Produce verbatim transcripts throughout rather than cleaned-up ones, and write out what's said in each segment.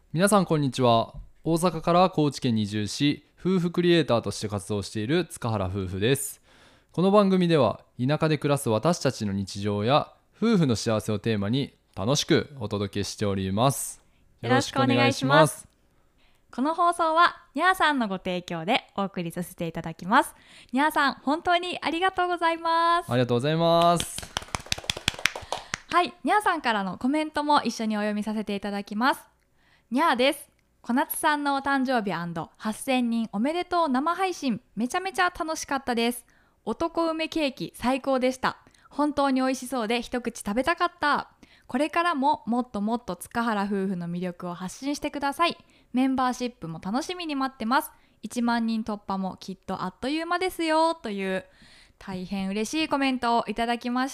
皆さんこんにちは。大阪から高知県に移住し、夫婦クリエイターとして活動している塚原夫婦です。この番組では田舎で暮らす私たちの日常や夫婦の幸せをテーマに楽しくお届けしております。 よろしくお願いします。この放送はにゃーさんのご提供でお送りさせていただきます。にゃーさん本当にありがとうございます。 ありがとうございます。 はい、にゃーさんからのコメントも一緒にお読みさせていただきます。にゃーです。小夏さんのお誕生日 はっせんにんおめでとう生配信、めちゃめちゃ楽しかったです。男梅ケーキ最高でした。本当に美味しそうで一口食べたかった。これからももっともっと塚原夫婦の魅力を発信してください。メンバーシップも楽しみに待ってます。いちまんにん突破もきっとあっという間ですよ、という大変嬉しいコメントをいただきました。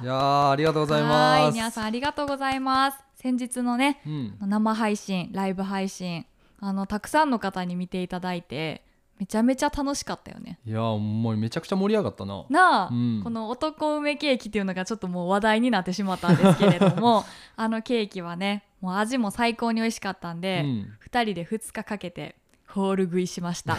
いやーありがとうございます。 はい、皆さんありがとうございます。先日のね、うん、生配信ライブ配信、あのたくさんの方に見ていただいてめちゃめちゃ楽しかったよね。 いやもうめちゃくちゃ盛り上がったななあ、うん、この男梅ケーキっていうのがちょっともう話題になってしまったんですけれどもあのケーキはね、もう味も最高に美味しかったんで、うん、ふたりでふつかかけてホール食いしました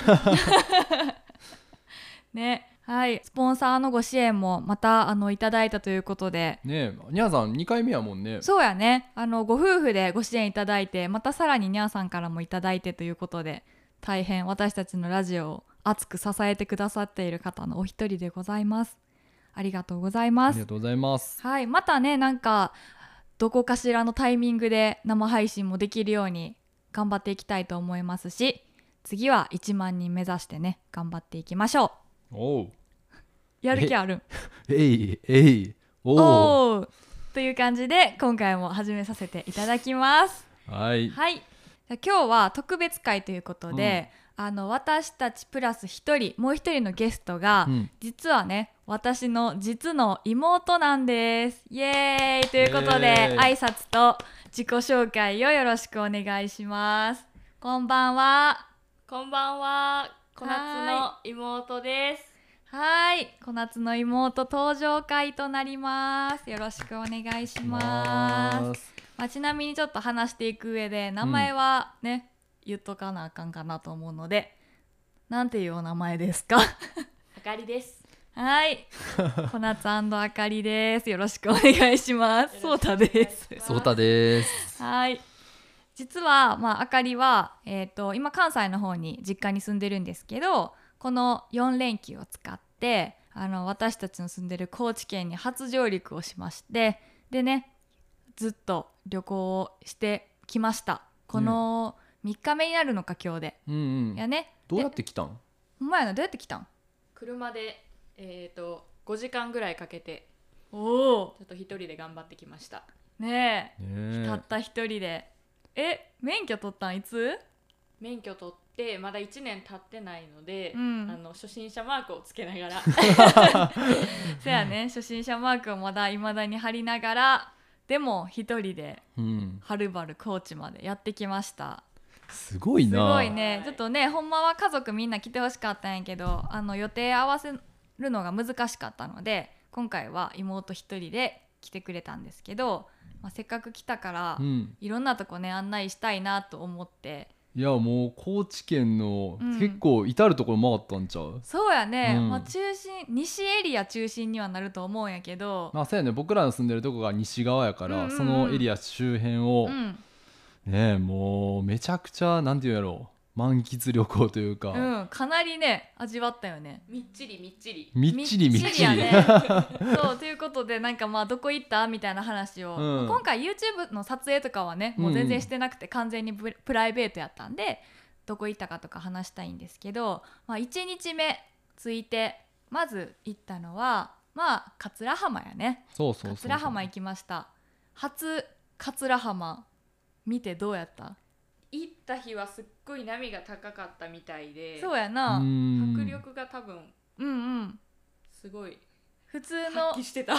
ね。はい、スポンサーのご支援もまたあのいただいたということでね。えにゃーさんにかいめやもんね。 そうやね、あのご夫婦でご支援いただいて、またさらににゃーさんからもいただいてということで、大変私たちのラジオを熱く支えてくださっている方のお一人でございます。ありがとうございます。 ありがとうございます。 はい、またね、なんかどこかしらのタイミングで生配信もできるように頑張っていきたいと思いますし、次はいちまんにん目指してね頑張っていきましょう。 おう、 やる気あるん？ えいえいおうという感じで今回も始めさせていただきます。 はい、 はい、今日は特別会ということで、うん、あの私たちプラスひとりもうひとりのゲストが、うん、実はね私の実の妹なんです。イエーイということで挨拶と自己紹介をよろしくお願いします。こんばんは。 こんばんは、小夏の妹です。 はい、小夏の妹登場会となります。よろしくお願いします。まあ、ちなみにちょっと話していく上で名前はね、うん、言っとかなあかんかなと思うので、なんていうお名前ですか？ あかりです。 はい、小夏あかりです。よろしくお願いします。そうたです。 そうたです。 はい、実は、まあ、あかりは、えーと、今関西の方に実家に住んでるんですけど、このよん連休を使ってあの私たちの住んでる高知県に初上陸をしまして、でねずっと旅行をしてきました。このみっかめになるのか今日で、うんうん、やね。 どうやって来たん？ ほんまやな、どうやって来たん？ 車で、えー、とごじかんぐらいかけて、 おちょっと一人で頑張ってきましたねえ。たった一人で。え、免許取ったんいつ？ 免許取ってまだいちねん経ってないので、うん、あの初心者マークをつけながらそうやね、初心者マークをまだ未だに貼りながら、でも一人ではるばる高知までやってきました。 すごいな。 すごいね。ちょっとね、ほんまは家族みんな来てほしかったんやけど、あの予定合わせるのが難しかったので、今回は妹一人で来てくれたんですけど、まあ、せっかく来たから、うん、いろんなとこね案内したいなと思って。 いやもう高知県の結構至るところ回ったんちゃう？うん、 そうやね、うん、まあ、中心西エリア中心にはなると思うんやけど、 まあ、そうやね、僕らの住んでるとこが西側やから、うんうんうん、そのエリア周辺を、うん、ねもうめちゃくちゃなんていうんやろう、満喫旅行というか、 うん、かなりね味わったよね。 みっちりみっちりみっちりみっちりやねそうということで、なんかまあどこ行ったみたいな話を、うん、今回 YouTube の撮影とかはねもう全然してなくて、完全にプライベートやったんでどこ行ったかとか話したいんですけど、まあ、いちにちめ着いてまず行ったのはまあ桂浜やね。 そうそうそうそう、 桂浜行きました。初桂浜見てどうやった？ 行った日はすっごい波が高かったみたいで、 そうやな、 迫力が多分うんうんすごい普通の発揮してた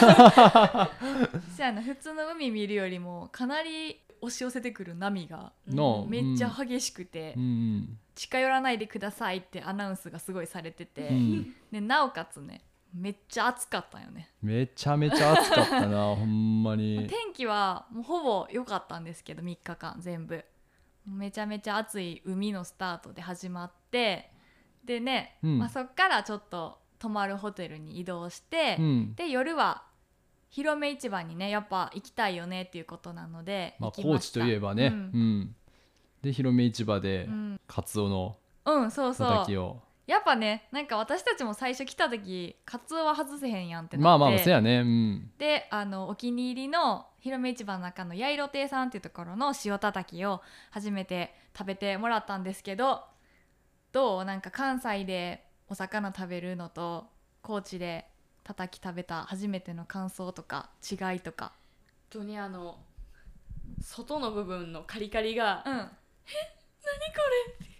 そうやな、普通の海見るよりもかなり押し寄せてくる波がめっちゃ激しくて、うん、近寄らないでくださいってアナウンスがすごいされてて、うん、でなおかつねめっちゃ暑かったよね。 めちゃめちゃ暑かったなほんまに。 天気はもうほぼ良かったんですけどみっかかん全部めちゃめちゃ暑い海のスタートで始まって、でね、 うんまあ、そっからちょっと泊まるホテルに移動して、 うん、 で夜は広め市場にねやっぱ行きたいよねっていうことなのでまあ、 行きました。 高知といえばね、 ううんんで広め市場でうんカツオのうん、そうそうたたきを、 やっぱねなんか私たちも最初来た時カツオは外せへんやんってなって、 まあまあそうやね、うん、 であのお気に入りの広め市場の中の八色亭さんっていうところの塩たたきを初めて食べてもらったんですけど、どうなんか関西でお魚食べるのと高知でたたき食べた初めての感想とか違いとか。 本当にあの外の部分のカリカリが、 うん、 何これ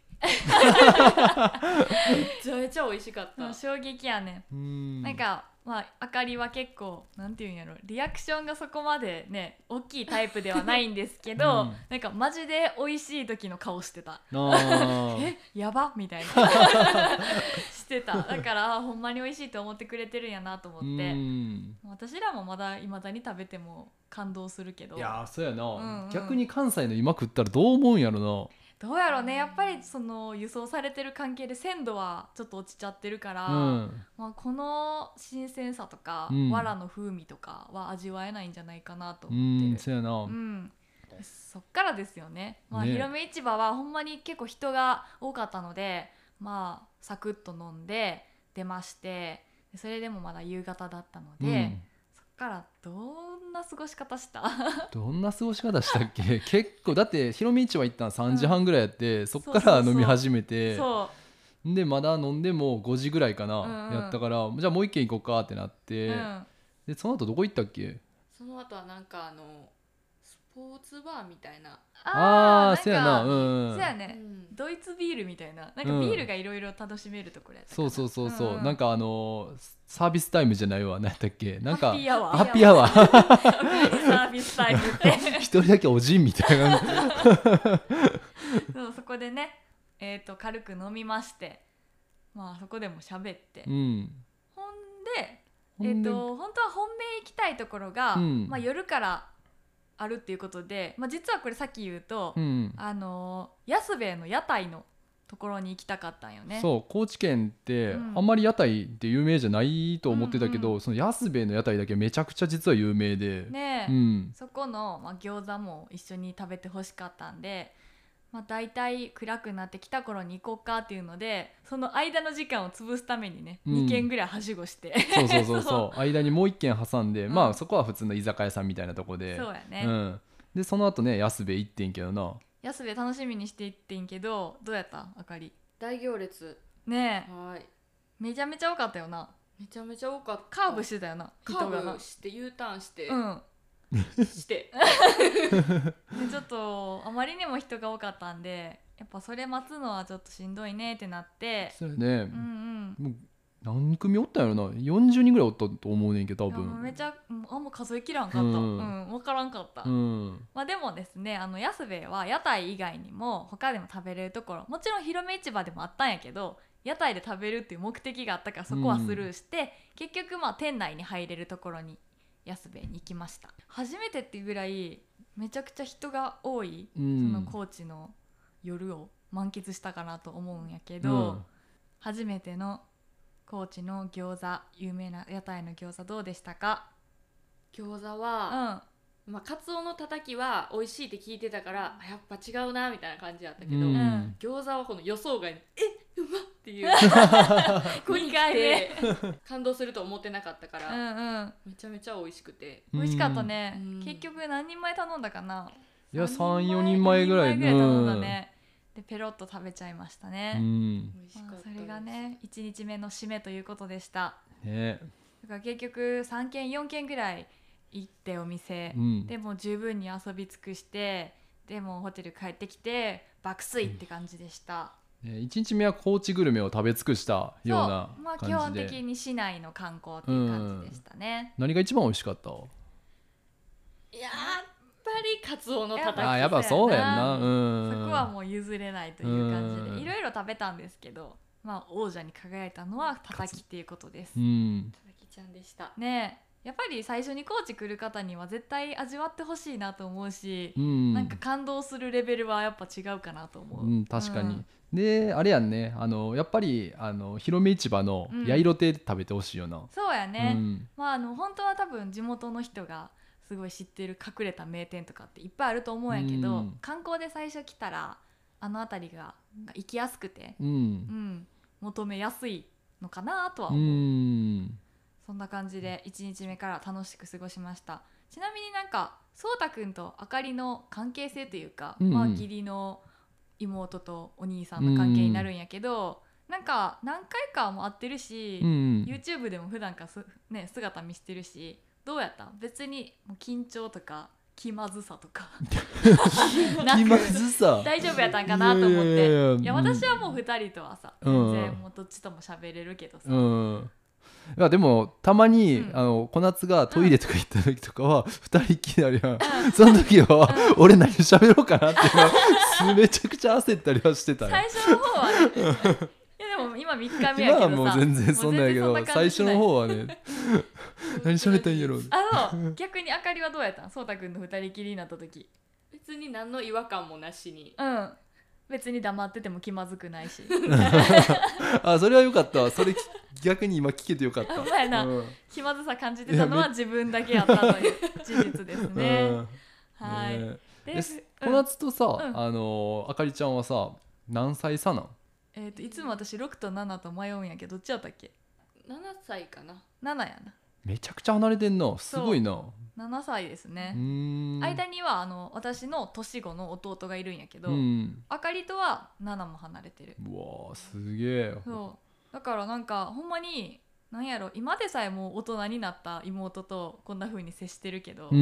めちゃめちゃ美味しかった。 衝撃やねん。 うんなんかまああかりは結構なんていうんやろリアクションがそこまでね大きいタイプではないんですけど、 うん、 なんかマジで美味しい時の顔してた。 あえやばみたいなしてた。だからあほんまに美味しいと思ってくれてるんやなと思って、 うん私らもまだ未だに食べても感動するけど、 いやーそうやな、 うんうん、 逆に関西の今食ったらどう思うんやろな。 どうやろうね、やっぱりその輸送されてる関係で鮮度はちょっと落ちちゃってるから、 うんまあ、この新鮮さとか、 うん、 藁の風味とかは味わえないんじゃないかなとう思ってる。 んそうやな、 うんそっからですよね、まあ、 ね広め市場はほんまに結構人が多かったので、まあ、サクッと飲んで出まして、それでもまだ夕方だったので、 うん、 そっからどんな過ごし方したどんな過ごし方したっけ結構だって広め市場行ったのさんじはんぐらいやって、うん、そっから飲み始めて、 そうでまだ飲んでもごじぐらいかな、 うんうん、 やったからじゃあもう一軒行こうかってなって、 うん、 でその後どこ行ったっけ。 その後はなんかあのスポーツバーみたいな、 ああそうやな、 うん、そうやね、 うん、 ドイツビールみたいな、なんかビールがいろいろ楽しめるところやったかな、 そうそうそうそう、 うんうん、 なんかあのー、サービスタイムじゃないわ、何やったっけ、なんかハッピーアワーハッピーアワーサービスタイムって一人だけおじんみたいなそうそこでね、えー、と軽く飲みまして、まあそこでも喋って、 うん、 ほんでえー、と本当は本命行きたいところが、うん、まあ、夜からあるっていうことで、まあ、実はこれさっき言うと、うん、あのー、安兵衛の屋台のところに行きたかったんよね。 そう高知県ってあんまり屋台って有名じゃないと思ってたけど、うんうん、その安兵衛の屋台だけめちゃくちゃ実は有名で、 ねえ、うん、そこの、まあ、餃子も一緒に食べてほしかったんで、まあ、大体暗くなってきた頃に行こうかっていうので、その間の時間を潰すためにね、うん、に軒ぐらいはしごしてそうそうそうそう間にもういっ軒挟んで、うん、まあそこは普通の居酒屋さんみたいなとこで、 そうやね、 うん、でその後ね安兵衛行ってんけどな。 安兵衛楽しみにして行ってんけど、どうやったあかり。 大行列ねえ、 はい、めちゃめちゃ多かったよな。 めちゃめちゃ多かった。 カーブしてたよな、 人がな。カーブして U ターンして、 うんしてでちょっとあまりにも人が多かったんで、やっぱそれ待つのはちょっとしんどいねってなって。 そうやね、 うんうん、 もう何組おったんやろな、よんじゅうにんぐらいおったと思うねんけど多分めちゃあんま数えきらんかった、うん、うん、分からんかった、 うん、 まあ、でもですね、あの安兵衛は屋台以外にも他でも食べれるところ、もちろん広め市場でもあったんやけど、屋台で食べるっていう目的があったからそこはスルーして、うん、結局まあ店内に入れるところに安兵衛に行きました。初めてっていうぐらいめちゃくちゃ人が多い、うん、その高知の夜を満喫したかなと思うんやけど、うん、初めての高知の餃子、有名な屋台の餃子どうでしたか。 餃子は、うん、まあ、カツオのたたきは美味しいって聞いてたからやっぱ違うなみたいな感じだったけど、うん、餃子はこの予想外にえうまっていうこに来て感動すると思ってなかったから、うん、うん、めちゃめちゃ美味しくて美味しかったね、うん、結局何人前頼んだかな。 いや さん,よ 人前ぐらい頼んだね、うん、でペロッと食べちゃいましたね、うん、 美味しかったです。 まあ、それがねいちにちめの締めということでした、 ね、 だから結局さんけんよんけんぐらい行ってお店、うん、でも十分に遊び尽くして、でもホテル帰ってきて爆睡って感じでした、 うん、いちにちめは高知グルメを食べ尽くしたような感じで、 まあ、基本的に市内の観光っていう感じでしたね、 うん、何が一番美味しかった。 いややっぱりカツオのたたき。 あやっぱそうやんな、うん、 そこはもう譲れないという感じでいろいろ食べたんですけど、まあ、王者に輝いたのはたたきっていうことです、 うん、 たたきちゃんでしたね。 やっぱり最初に高知来る方には絶対味わってほしいなと思うし、 うん、 なんか感動するレベルはやっぱ違うかなと思う、 うん、確かに、うん、であれやんね、あのやっぱりあの広め市場のヤイロ亭食べてほしいよな、うん、 そうやね、うん、まああの本当は多分地元の人がすごい知ってる隠れた名店とかっていっぱいあると思うんやけど、うん、観光で最初来たらあの辺りが行きやすくて、うんうん、求めやすいのかなとは思う、うん、そんな感じでいちにちめから楽しく過ごしました。ちなみになんかそうたくんとあかりの関係性というか、うんうん、まあ、義理の妹とお兄さんの関係になるんやけど、うん、なんか何回かも会ってるし、うんうん、YouTube でも普段からす、ね、姿見せてるし、どうやった？別にもう緊張とか気まずさとか気まずさ大丈夫やったんかなと思って、いやいやいやいや私はもうふたりとはさ、うん、全然もうどっちとも喋れるけどさ、うん、 いやでもたまに、うん、あの小夏がトイレとか行った時とかは、うん、ふたりっきりなるやん、うん、その時は、うん、俺何喋ろうかなってめちゃくちゃ焦ったりはしてたよ最初の方はねいやでも今みっかめやけどさ、 今はもう全然そんなんやけど最初の方はね何喋ったんやろう。 あの逆にあかりはどうやったん？そうたくんのふたりきりになった時。 別に何の違和感もなしに、 うん、別に黙ってても気まずくないしあ、それはよかったわ。それ逆に今聞けてよかった。 お前な、うん、気まずさ感じてたのは自分だけやったという事実ですね、うん、はい、ね、 で小夏とさ、うん、あのあかりちゃんはさ何歳差なん？ えーといつも私ろくとななと迷うんやけどどっちやったっけ？ ななさいかな。 ななやな。 めちゃくちゃ離れてんな。すごいな。 ななさいですね。うーん、間にはあの私の年子の弟がいるんやけど、うん、あかりとはななも離れてる。 うわーすげえ。 そうだからなんかほんまになんやろ、今でさえもう大人になった妹とこんな風に接してるけど、うん、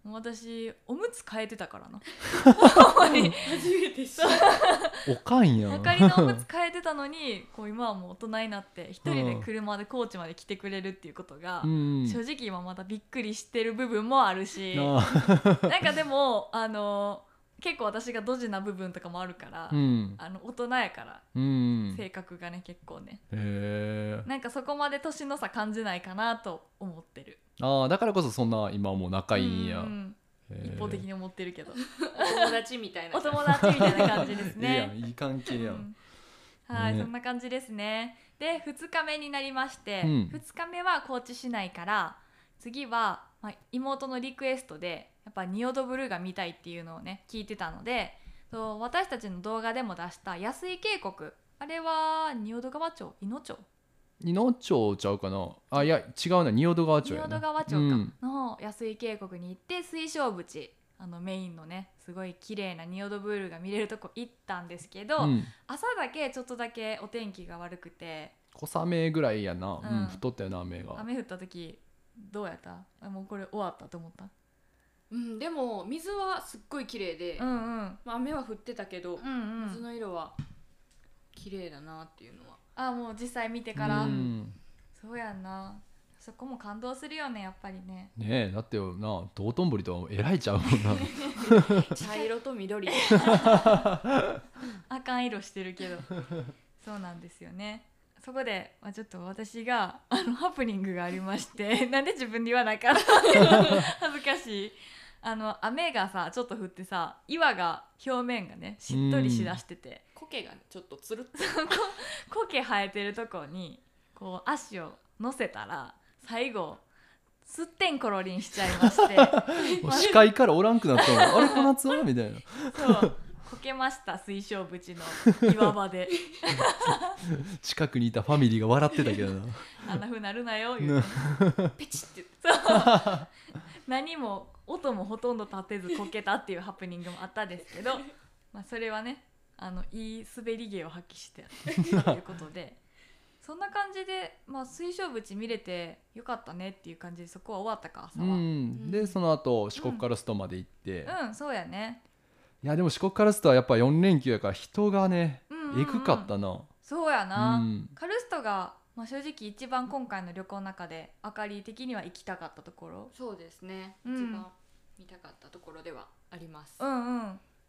もう私おむつ変えてたからな初めて知ったおかんやん。 あかりのおむつ変えてたのにこう今はもう大人になって一人で車で高知まで来てくれるっていうことが、うん、正直今まだびっくりしてる部分もあるし、うん、なんかでもあの結構私がドジな部分とかもあるから、うん、あの大人やから、うん、性格がね結構ね、へー、なんかそこまで年の差感じないかなと思ってる。 ああ、だからこそそんな今もう仲いいんや、うん、 一方的に思ってるけどお友達みたいなお友達みたいな感じですね。 いいやん、いい関係やん、うん、 はい、ね、そんな感じですね。でふつかめになりまして、うん、ふつかめは高知市内から次は、まあ、妹のリクエストでやっぱ仁淀ブルーが見たいっていうのをね聞いてたので、そう私たちの動画でも出した安井渓谷、あれは仁淀川町、伊野町伊野町ちゃうかなあ、いや違うな、仁淀川町やな、 仁淀川町か、うん、の安井渓谷に行って水晶淵、あのメインのねすごい綺麗な仁淀ブルーが見れるとこ行ったんですけど、うん、朝だけちょっとだけお天気が悪くて小雨ぐらいやな、うんうん、太ったよな雨が。 雨降った時どうやった？あ、もうこれ終わったと思った？ うん、でも水はすっごい綺麗で、うんうん、まあ、雨は降ってたけど、うんうん、水の色は綺麗だなっていうのは。 あ、もう実際見てから、うん、そうやんな、そこも感動するよねやっぱりね。 ねえ、だってよな、道頓堀とえらいちゃうもんな茶色と緑あかん色してるけどそうなんですよね。そこで、まあ、ちょっと私があのハプニングがありましてなんで自分で言わなきゃ恥ずかしい。あの雨がさちょっと降ってさ、岩が表面がねしっとりしだしてて、 苔が、ね、ちょっとつるっと苔生えてるとこにこう足を乗せたら最後すってんころりんしちゃいましてもう視界からおらんくなったのあれ小夏はみたいなそうこけました、水晶淵の岩場で近くにいたファミリーが笑ってたけどなあんな風なるなよ言うてペチってそう何も音もほとんど立てずこけたっていうハプニングもあったですけどまあそれはね、あのいい滑り芸を発揮してということでそんな感じで、まあ、水晶淵見れてよかったねっていう感じでそこは終わったか朝は、うん、 でその後四国カルストまで行って、 うん、うん、そうやね。 いやでも四国カルストはやっぱよん連休やから人がね、うんうんうん、えぐかったな。 そうやな、うん、カルストが、まあ、正直一番今回の旅行の中であかり的には行きたかったところ。 そうですね、うん、一番見たかったところではあります。 うんうん。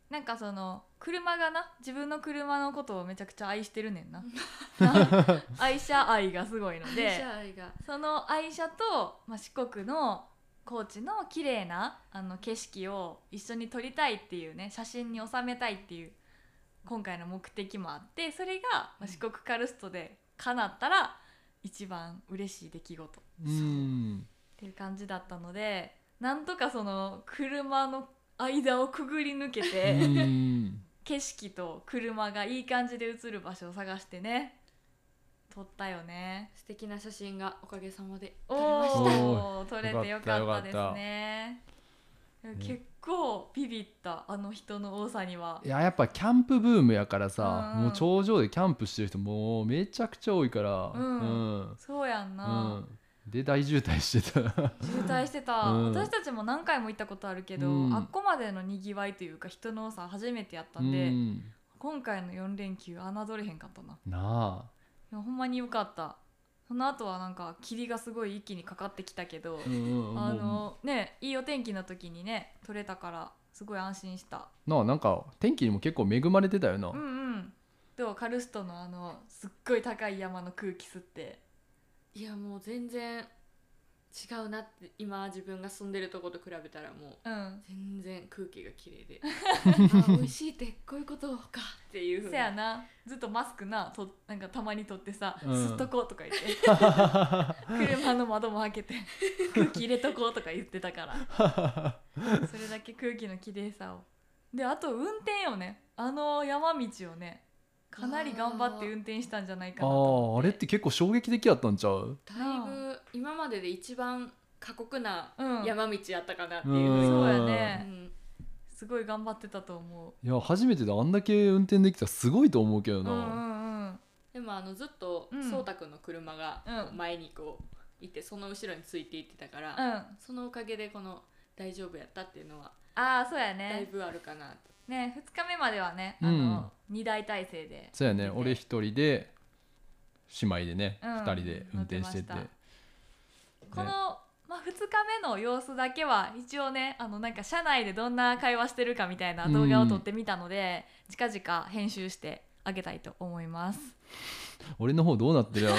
なんかその車がな自分の車のことをめちゃくちゃ愛してるねんな愛車愛がすごいので、 愛車愛がその愛車と、まあ、四国の高知の綺麗なあの景色を一緒に撮りたいっていうね、写真に収めたいっていう今回の目的もあって、それが、まあ、四国カルストで叶ったら一番嬉しい出来事うんっていう感じだったので、なんとかその車の間をくぐり抜けてうん景色と車がいい感じで映る場所を探してね撮ったよね。 素敵な写真がおかげさまで撮れました。 おー撮れてよかったですね。 ね結構ビビった、あの人の多さには。 いややっぱキャンプブームやからさ、 うんうんもう頂上でキャンプしてる人もうめちゃくちゃ多いからうんうんそうやんうな、 んで大渋滞してた渋滞してた、 うん私たちも何回も行ったことあるけど、 うんあっこまでのにぎわいというか人の多さ初めてやったんで、 うん今回のよん連休侮れへんかったな。 なあいやほんまによかった。その後はなんか霧がすごい一気にかかってきたけど、 うんうんうんあものねいいお天気の時にね撮れたからすごい安心した。 うなあなんか天気にも結構恵まれてたよな、 うんうんどうカルストのあのすっごい高い山の空気吸って。 いやもう全然違うなって、今自分が住んでるとこと比べたらもううん全然空気が綺麗であ美味しいってこういうことかっていうふうにせやな、ずっとマスクなとなんかたまに取ってさ、 うん吸っとこうとか言って車の窓も開けて空気入れとこうとか言ってたからそれだけ空気の綺麗さを。であと運転よね、あの山道をねかなり頑張って運転したんじゃないかあなと思って。 ああれって結構衝撃的やったんちゃう？ だいぶ今までで一番過酷なうん山道やったかなっていうふうに、 うんそうやうね、 んすごい頑張ってたと思いや初めてであんだけ運転できたらすごいと思うけどう。 な、 うんうんうんでもあのずっとうんそうたくんの車がうんこう前にこういて、その後ろについていってたから、 うんそのおかげでこの大丈夫やったっていうのはああそうやだいね。 ぶあるかなと。 ねふつかめまではね、 うんあのにだい体制で。 そうやねで俺一人で姉妹でね、 うん二人で運転してて乗ってこの、まあ、ふつかめの様子だけは一応ねあのなんか車内でどんな会話してるかみたいな動画を撮ってみたので、近々編集してあげたいと思います俺の方どうなってるやろ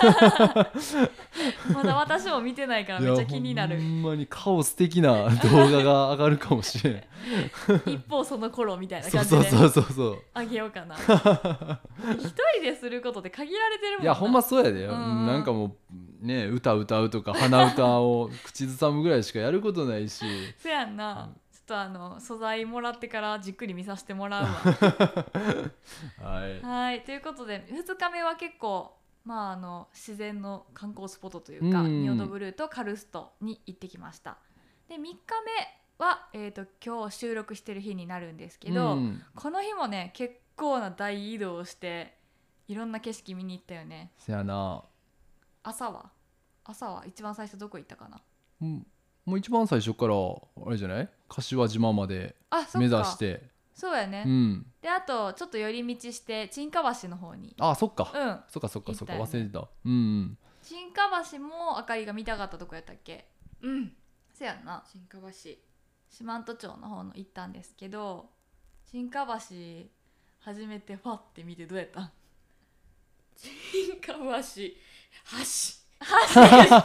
まだ私も見てないからめっちゃ気になる。 いやほんまにカオス的な動画が上がるかもしれん一方その頃みたいなそう感じでそうそうそうそうあげようかな一人ですることで限られてるもんな。 いやほんまそうやで、 うんなんかもうね歌歌うとか鼻歌を口ずさむぐらいしかやることないしそやんな、ちょっとあの素材もらってからじっくり見させてもらうわはいはいということでふつかめは結構まああの自然の観光スポットというか、 うん仁淀ブルーとカルストに行ってきました。でみっかめは、えー、と今日収録してる日になるんですけど、 うんこの日もね結構な大移動をしていろんな景色見に行ったよね。 せやな朝は朝は一番最初どこ行ったかな。 うんもう一番最初からあれじゃない柏島まであそっか目指してそうやね、 うんであとちょっと寄り道して沈下橋の方にあそっか、 うんそっかそっかそっか行ったよね忘れてたうんうん沈下橋もあかりが見たかったとこやったっけ。 うんせやんな新川橋四万十町の方の行ったんですけど、沈下橋初めてファって見てどうやった？ 新川橋橋橋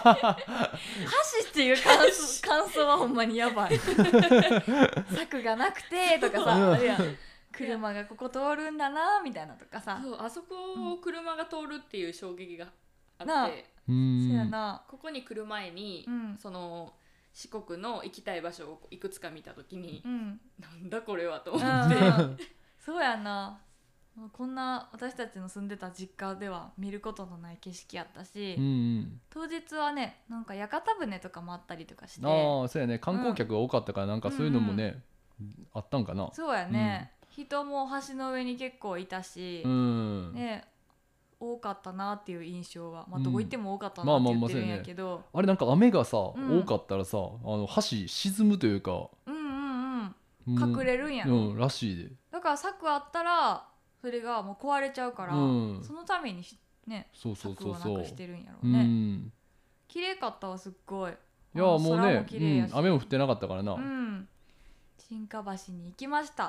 っていう感想感想はほんまにやばい柵がなくてとかさ、 うんあるやん車がここ通るんだなみたいなとかさ、 そうあそこを車が通るっていう衝撃があなあって、 うんせやなここに来る前に、 うんその四国の行きたい場所をいくつか見た時に、 うんなんだこれはと思うんって、 うんそうやな、こんな私たちの住んでた実家では見ることのない景色やったし、 うんうん当日はねなんか屋形船とかもあったりとかして、 ああそうやね観光客が多かったからなんかそういうのもね、あったんかなそうやね、人も橋の上に結構いたし、 うん、 ね多かったなっていう印象は、まあ、 うんどこ行っても多かったまあなってまあまあ言ってるんやけど、 あれなんか雨がさ、 うん多かったらさあの橋沈むというか、 うんうんうんうん隠れるんやろ、 うんらしいでだから柵あったらそれがもう壊れちゃうから、 うんそのためにしねそうそう柵をそうそうなくしてるんやろううね、 ん綺麗かったわすっごい。 いやもう空ねも綺麗やし、 うん、雨も降ってなかったからな、 うん、沈下橋に行きました。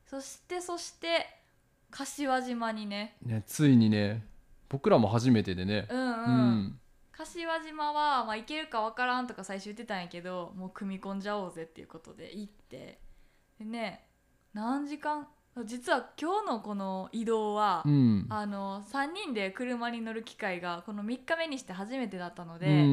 そしてそして柏島にねねついにね僕らも初めてでね、 うんうん、 うん、 柏島は、まあ、行けるかわからんとか最初言ってたんやけどもう組み込んじゃおうぜっていうことで行ってでね何時間実は今日のこの移動は、 うん、 あのさんにんで車に乗る機会がこのみっかめにして初めてだったので、 うん、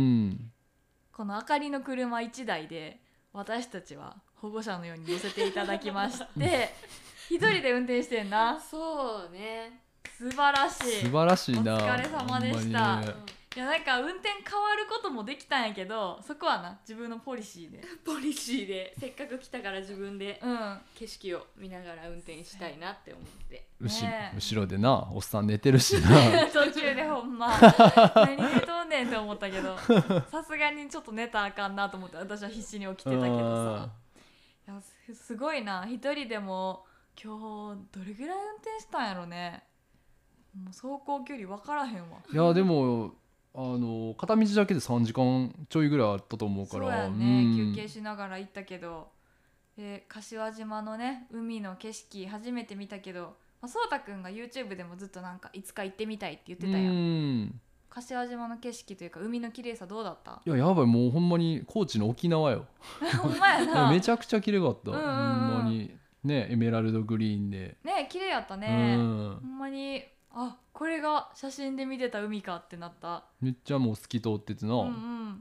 このあかりの車いちだいで私たちは保護者のように乗せていただきまして一人で運転してんな。 そうね、 素晴らしい素晴らしいな。 お疲れ様でした。 ほんまにね、 いやなんか運転変わることもできたんやけどそこはな自分のポリシーでポリシーでせっかく来たから自分でうん景色を見ながら運転したいなって思って後ねえ後ろでなおっさん寝てるしな途中でほんま何寝とんねんって思ったけどさすがにちょっと寝たらあかんなと思って私は必死に起きてたけどさいや す, すごいな一人でも今日どれぐらい運転したんやろね。もう走行距離分からへんわ。 いやでもあの片道だけでさんじかんちょいぐらいあったと思うからそうやね、 うん、 休憩しながら行ったけどで柏島のね海の景色初めて見たけどそうたくんが YouTube でもずっとなんかいつか行ってみたいって言ってたやん。 うん柏島の景色というか海の綺麗さどうだった？ いややばいもうほんまに高知の沖縄よほんまやなめちゃくちゃ綺麗かった、 うんうんうん、 ほんまにねエメラルドグリーンでね綺麗やったね、 うん、 ほんまにあこれが写真で見てた海かってなった。 めっちゃもう透き通っててな、 うんうん、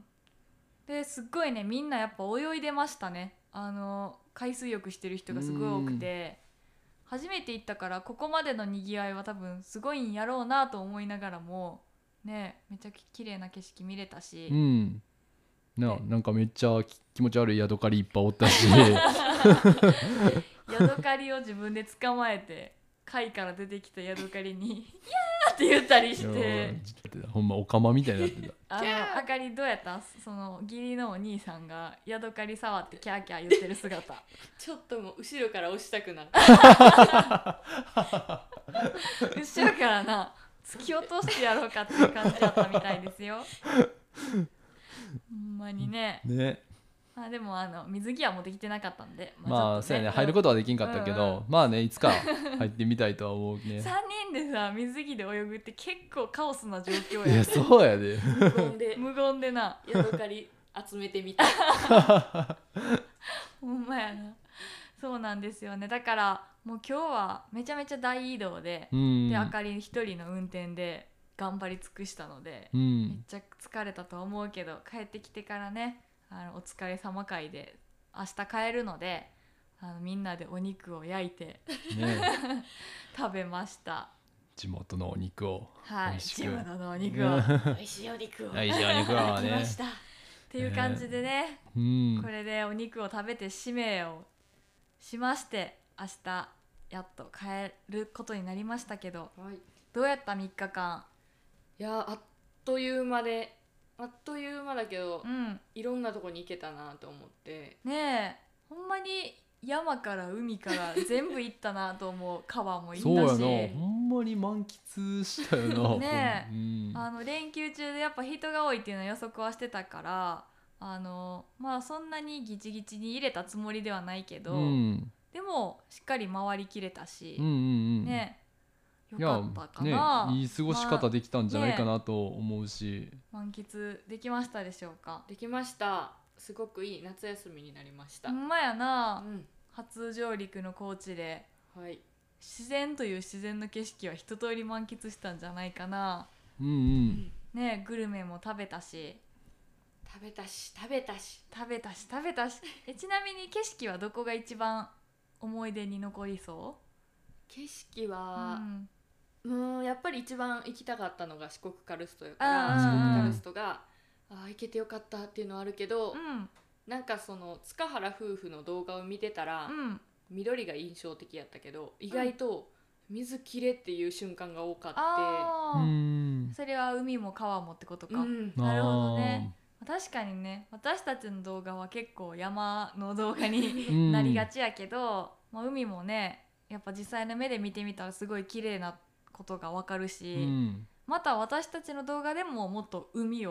ですっごいねみんなやっぱ泳いでましたね。あの海水浴してる人がすごい多くて初めて行ったからここまでのにぎわいは多分すごいんやろうなと思いながらもねめっちゃ綺麗な景色見れたし、 うん、な, なんかめっちゃ気持ち悪いヤドカリいっぱいおったしヤドカリを自分で捕まえて貝から出てきたヤドカリに「いやー!」って言ったりしてほんまオカマみたいになってたあのあかりどうやった？その義理のお兄さんがヤドカリ触ってキャーキャー言ってる姿ちょっともう後ろから押したくなる後ろからな突き落としてやろうかっていう感じだったみたいですよほんまにね。 ねまあ、でもあの水着は持ってきてなかったんでまあ、まあね、 そうやね入ることはできんかったけど、うんうん、まあねいつか入ってみたいとは思うねさんにんでさ水着で泳ぐって結構カオスな状況や、ね、 いやそうやで無言で無言でなヤドカリ集めてみたほんまやな。そうなんですよね。だからもう今日はめちゃめちゃ大移動で、うん、であかり一人の運転で頑張り尽くしたので、うん、めっちゃ疲れたと思うけど帰ってきてからねあのお疲れ様会で明日帰るのであのみんなでお肉を焼いて、ね、食べました。 地元のお肉をはい地元のお肉を美味しいお肉を美味しいお肉をねっていう感じでね、えーうん、これでお肉を食べて使命をしまして明日やっと帰ることになりましたけど、はい、どうやったみっかかん？ いやあっという間であっという間だけど、 うん、 いろんなとこに行けたなと思ってねえほんまに山から海から全部行ったなと思う川も行ったしそうやなほんまに満喫したよなねえ、うん、あの連休中でやっぱ人が多いっていうのは予測はしてたからあのまあそんなにギチギチに入れたつもりではないけど、うん、でもしっかり回りきれたし、 うんうんうん、 ねよかったかな、 ね、いい過ごし方できたんじゃないかなと思うし、 まあね、満喫できましたでしょうか？ できました。すごくいい夏休みになりました。 ほんまやな、うん、初上陸の高知で、 はい、 自然という自然の景色は一通り満喫したんじゃないかな。 うんうんねグルメも食べたし食べたし食べたし食べたし食べたしえちなみに景色はどこが一番思い出に残りそう？ 景色は、うんもうやっぱり一番行きたかったのが四国カルストやから四国カルストがあ行けてよかったっていうのはあるけど、 うん、 なんかその塚原夫婦の動画を見てたら、 うん、 緑が印象的やったけど意外と水きれっていう瞬間が多かって、 うん、それは海も川もってことか、うん、なるほどね。確かにね私たちの動画は結構山の動画になりがちやけど、まあ、海もねやっぱ実際の目で見てみたらすごい綺麗なことがわかるし、 うん、 また私たちの動画でももっと海を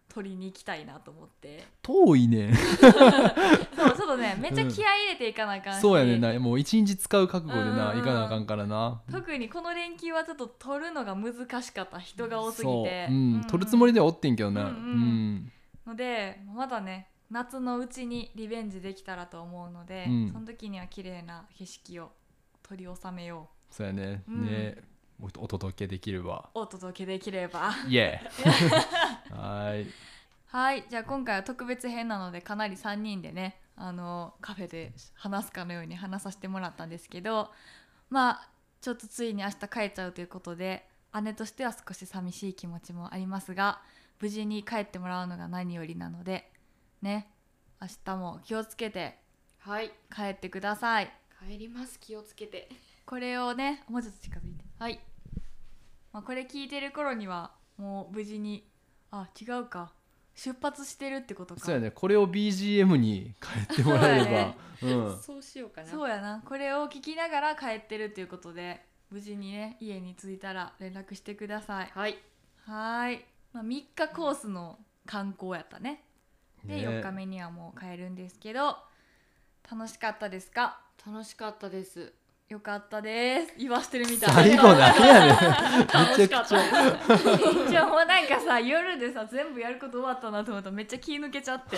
取りに行きたいなと思って遠いねそうちょっとねめっちゃ気合い入れていかなあかんし、 そうやねんな、もう一日使う覚悟でな、 うんうん行かなあかんからな。 特にこの連休はちょっと取るのが難しかった、人が多すぎてそう、うん取るつもりではおってんけどな、 うんううんんのでまだね夏のうちにリベンジできたらと思うので、 うんその時には綺麗な景色を取り収めよそうやね、 うんねおお届けできればうお届けできればイエーはーいはいじゃあ今回は特別編なのでかなりさんにんでねあのカフェで話すかのように話させてもらったんですけど、まあちょっとついに明日帰っちゃうということで姉としては少し寂しい気持ちもありますが、無事に帰ってもらうのが何よりなのでね、明日も気をつけてはい帰ってください。 帰ります、気をつけて。 これをねもうちょっと近づいて、はい、まあ、これ聞いてる頃にはもう無事にあ違うか出発してるってことか。 そうやね、これを ビージーエム に変えてもらえればう、ん、 そうしようかな。 そうやな、これを聞きながら帰ってるっていうことで無事にね家に着いたら連絡してください。 はいはい、まあ、みっかコースの観光やったね。で、 ねよっかめにはもう帰るんですけど、楽しかったですか？ 楽しかったです。 よかったです。言わしてるみたい。 最後なんやねん楽しかったです。 じゃあもうなんかさ夜でさ全部やること終わったなと思ったらめっちゃ気抜けちゃって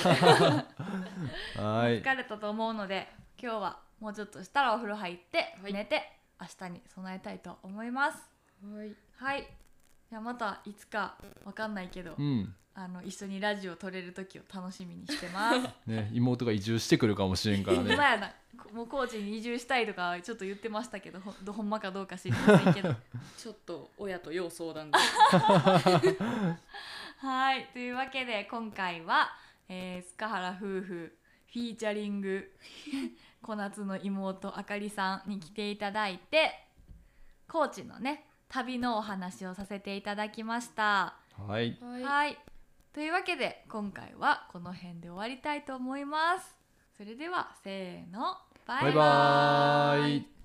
はい疲れたと思うので今日はもうちょっとしたらお風呂入ってはい寝て明日に備えたいと思います。 はいはい、じゃあまたいつかわかんないけど、 うんあの一緒にラジオ撮れる時を楽しみにしてますね、妹が移住してくるかもしれんからねほんまやな、もう高知に移住したいとかちょっと言ってましたけど ほ, ほんまかどうか知りませんけどちょっと親と要相談ではいというわけで今回は、えー、塚原夫婦フィーチャリング小夏の妹あかりさんに来ていただいて高知のね旅のお話をさせていただきました。 はいはいはいというわけで今回はこの辺で終わりたいと思います。それではせーのバイバーイ。 バイバーイ。